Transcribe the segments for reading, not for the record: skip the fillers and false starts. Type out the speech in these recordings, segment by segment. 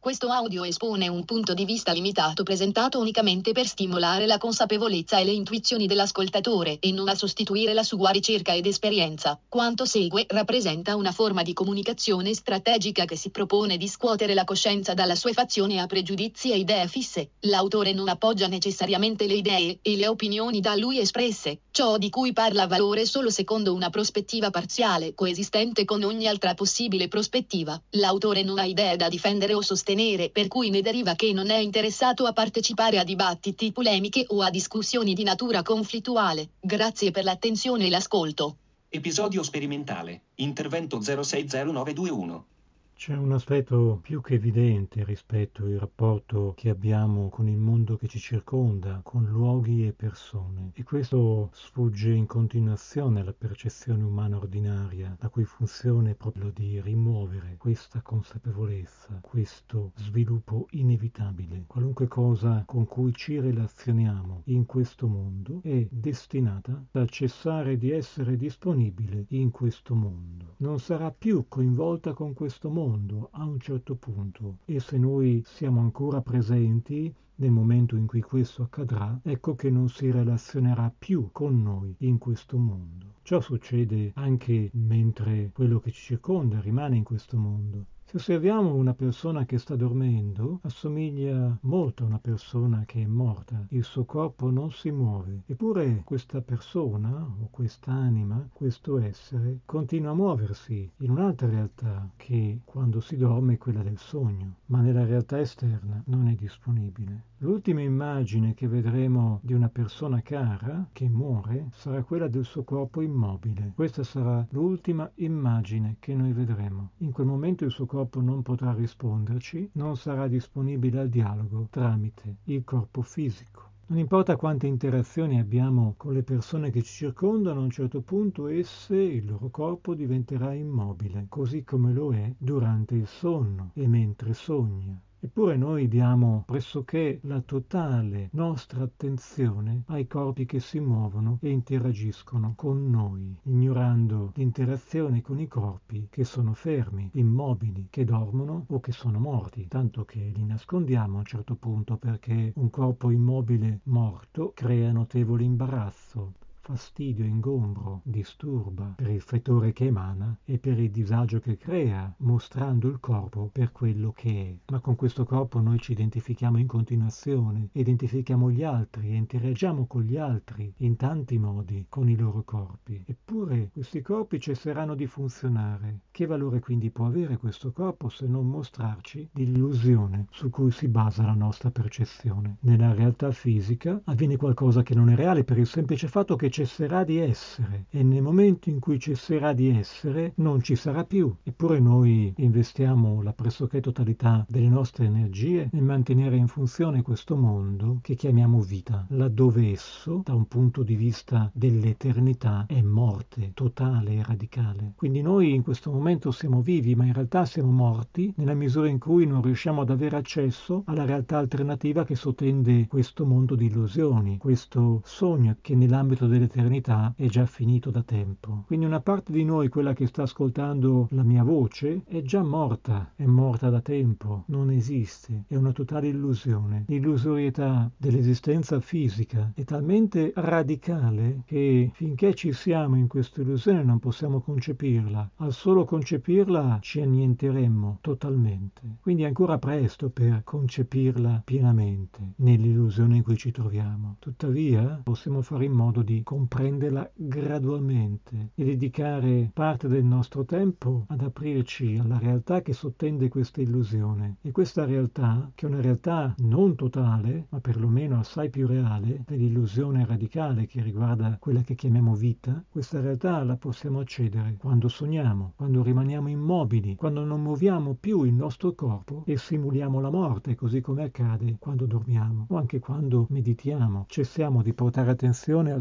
Questo audio espone un punto di vista limitato presentato unicamente per stimolare la consapevolezza e le intuizioni dell'ascoltatore e non a sostituire la sua ricerca ed esperienza. Quanto segue rappresenta una forma di comunicazione strategica che si propone di scuotere la coscienza dalla suefazione a pregiudizi e idee fisse. L'autore non appoggia necessariamente le idee e le opinioni da lui espresse. Ciò di cui parla ha valore solo secondo una prospettiva parziale, coesistente con ogni altra possibile prospettiva. L'autore non ha idee da difendere o sostenere, per cui ne deriva che non è interessato a partecipare a dibattiti, polemiche o a discussioni di natura conflittuale. Grazie per l'attenzione e l'ascolto. Episodio sperimentale. Intervento 060921. C'è un aspetto più che evidente rispetto al rapporto che abbiamo con il mondo che ci circonda, con luoghi e persone. E questo sfugge in continuazione alla percezione umana ordinaria, la cui funzione è proprio di rimuovere questa consapevolezza, questo sviluppo inevitabile. Qualunque cosa con cui ci relazioniamo in questo mondo è destinata a cessare di essere disponibile in questo mondo. Non sarà più coinvolta con questo mondo a un certo punto, e se noi siamo ancora presenti nel momento in cui questo accadrà, ecco che non si relazionerà più con noi in questo mondo. Ciò succede anche mentre quello che ci circonda rimane in questo mondo. Se osserviamo una persona che sta dormendo, assomiglia molto a una persona che è morta. Il suo corpo non si muove. Eppure questa persona, o quest'anima, questo essere, continua a muoversi in un'altra realtà che, quando si dorme, è quella del sogno, ma nella realtà esterna non è disponibile. L'ultima immagine che vedremo di una persona cara che muore sarà quella del suo corpo immobile. Questa sarà l'ultima immagine che noi vedremo. In quel momento il suo corpo non potrà risponderci, non sarà disponibile al dialogo tramite il corpo fisico. Non importa quante interazioni abbiamo con le persone che ci circondano, a un certo punto esse, il loro corpo diventerà immobile, così come lo è durante il sonno e mentre sogna. Eppure noi diamo pressoché la totale nostra attenzione ai corpi che si muovono e interagiscono con noi, ignorando l'interazione con i corpi che sono fermi, immobili, che dormono o che sono morti, tanto che li nascondiamo a un certo punto perché un corpo immobile morto crea notevole imbarazzo, fastidio, ingombro, disturba per il fetore che emana e per il disagio che crea, mostrando il corpo per quello che è. Ma con questo corpo noi ci identifichiamo in continuazione, identifichiamo gli altri e interagiamo con gli altri in tanti modi con i loro corpi. Eppure questi corpi cesseranno di funzionare. Che valore quindi può avere questo corpo se non mostrarci l'illusione su cui si basa la nostra percezione? Nella realtà fisica avviene qualcosa che non è reale per il semplice fatto che cesserà di essere, e nel momento in cui cesserà di essere non ci sarà più. Eppure noi investiamo la pressoché totalità delle nostre energie nel mantenere in funzione questo mondo che chiamiamo vita, laddove esso, da un punto di vista dell'eternità, è morte totale e radicale. Quindi noi in questo momento siamo vivi, ma in realtà siamo morti nella misura in cui non riusciamo ad avere accesso alla realtà alternativa che sottende questo mondo di illusioni, questo sogno che nell'ambito dell'eternità è già finito da tempo. Quindi una parte di noi, quella che sta ascoltando la mia voce, è già morta, è morta da tempo, non esiste, è una totale illusione. L'illusorietà dell'esistenza fisica è talmente radicale che finché ci siamo in questa illusione non possiamo concepirla. Al solo concepirla ci annienteremmo totalmente. Quindi è ancora presto per concepirla pienamente nell'illusione in cui ci troviamo. Tuttavia possiamo fare in modo di comprenderla gradualmente e dedicare parte del nostro tempo ad aprirci alla realtà che sottende questa illusione. E questa realtà, che è una realtà non totale, ma perlomeno assai più reale dell'illusione radicale che riguarda quella che chiamiamo vita, questa realtà la possiamo accedere quando sogniamo, quando rimaniamo immobili, quando non muoviamo più il nostro corpo e simuliamo la morte, così come accade quando dormiamo o anche quando meditiamo. Cessiamo di portare attenzione al sogno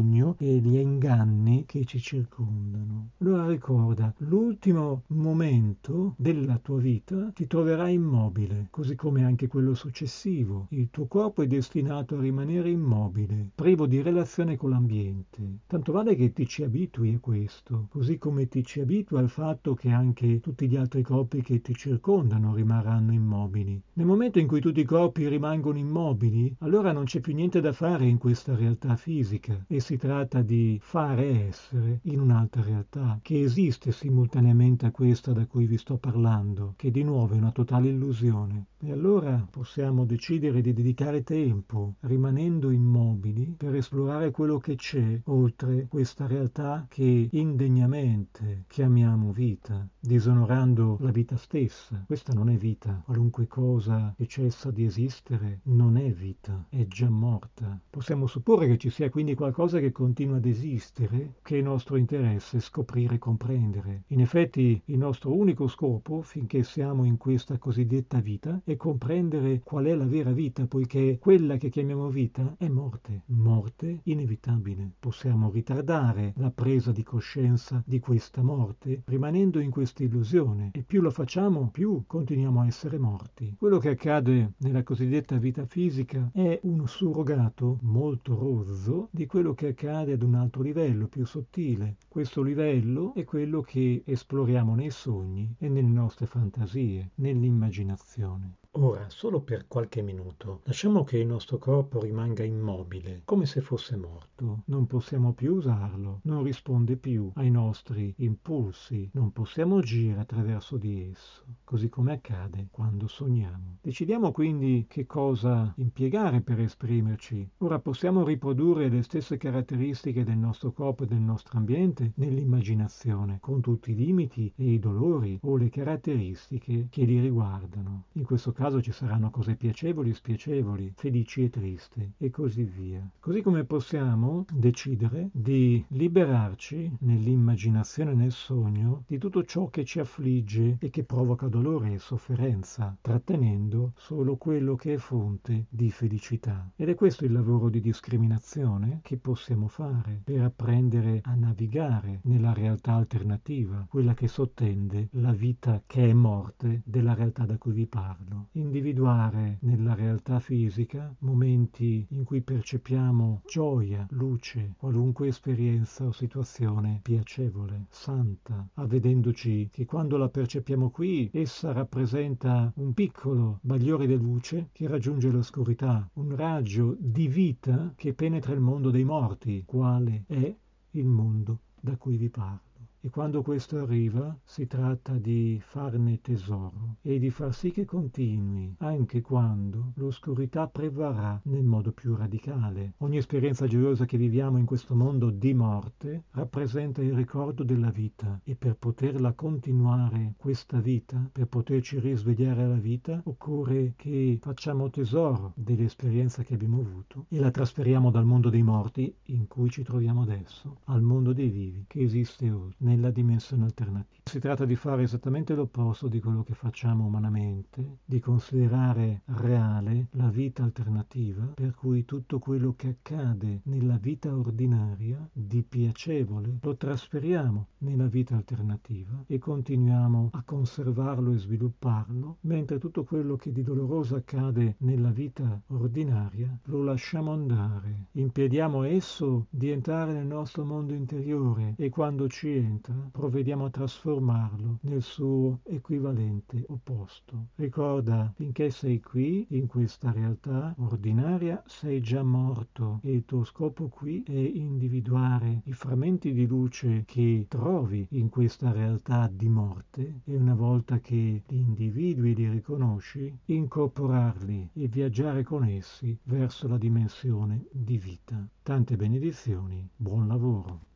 sogno e gli inganni che ci circondano. Allora ricorda, l'ultimo momento della tua vita ti troverai immobile, così come anche quello successivo. Il tuo corpo è destinato a rimanere immobile, privo di relazione con l'ambiente. Tanto vale che ti ci abitui a questo, così come ti ci abitui al fatto che anche tutti gli altri corpi che ti circondano rimarranno immobili. Nel momento in cui tutti i corpi rimangono immobili, allora non c'è più niente da fare in questa realtà fisica e si tratta di fare essere in un'altra realtà che esiste simultaneamente a questa da cui vi sto parlando, che di nuovo è una totale illusione. E allora possiamo decidere di dedicare tempo, rimanendo immobili, per esplorare quello che c'è oltre questa realtà che indegnamente chiamiamo vita, disonorando la vita stessa. Questa non è vita. Qualunque cosa che cessa di esistere non è vita, è già morta. Possiamo supporre che ci sia quindi qualcosa che continua ad esistere, che è nostro interesse scoprire e comprendere. In effetti, il nostro unico scopo, finché siamo in questa cosiddetta vita, è comprendere qual è la vera vita, poiché quella che chiamiamo vita è morte, morte inevitabile. Possiamo ritardare la presa di coscienza di questa morte, rimanendo in questa illusione, e più lo facciamo, più continuiamo a essere morti. Quello che accade nella cosiddetta vita fisica è un surrogato molto rozzo di quello che accade ad un altro livello, più sottile. Questo livello è quello che esploriamo nei sogni e nelle nostre fantasie, nell'immaginazione. Ora, solo per qualche minuto, lasciamo che il nostro corpo rimanga immobile, come se fosse morto. Non possiamo più usarlo, non risponde più ai nostri impulsi, non possiamo agire attraverso di esso, così come accade quando sogniamo. Decidiamo quindi che cosa impiegare per esprimerci. Ora possiamo riprodurre le stesse caratteristiche del nostro corpo e del nostro ambiente nell'immaginazione, con tutti i limiti e i dolori o le caratteristiche che li riguardano. In questo caso ci saranno cose piacevoli e spiacevoli, felici e tristi, e così via. Così come possiamo decidere di liberarci nell'immaginazione e nel sogno di tutto ciò che ci affligge e che provoca dolore e sofferenza, trattenendo solo quello che è fonte di felicità. Ed è questo il lavoro di discriminazione che possiamo fare per apprendere a navigare nella realtà alternativa, quella che sottende la vita che è morte della realtà da cui vi parlo. Individuare nella realtà fisica momenti in cui percepiamo gioia, luce, qualunque esperienza o situazione piacevole, santa, avvedendoci che quando la percepiamo qui, essa rappresenta un piccolo bagliore di luce che raggiunge l'oscurità, un raggio di vita che penetra il mondo dei morti, quale è il mondo da cui vi parlo. E quando questo arriva si tratta di farne tesoro e di far sì che continui, anche quando l'oscurità prevarrà nel modo più radicale. Ogni esperienza gioiosa che viviamo in questo mondo di morte rappresenta il ricordo della vita, e per poterla continuare questa vita, per poterci risvegliare alla vita, occorre che facciamo tesoro dell'esperienza che abbiamo avuto e la trasferiamo dal mondo dei morti, in cui ci troviamo adesso, al mondo dei vivi che esiste oltre, nella dimensione alternativa. Si tratta di fare esattamente l'opposto di quello che facciamo umanamente, di considerare reale la vita alternativa, per cui tutto quello che accade nella vita ordinaria di piacevole lo trasferiamo nella vita alternativa e continuiamo a conservarlo e svilupparlo, mentre tutto quello che di doloroso accade nella vita ordinaria lo lasciamo andare, impediamo a esso di entrare nel nostro mondo interiore, e quando ci entra provvediamo a trasformarlo nel suo equivalente opposto. Ricorda, finché sei qui, in questa realtà ordinaria, sei già morto, e il tuo scopo qui è individuare i frammenti di luce che trovi in questa realtà di morte, e una volta che li individui e li riconosci, incorporarli e viaggiare con essi verso la dimensione di vita. Tante benedizioni, buon lavoro.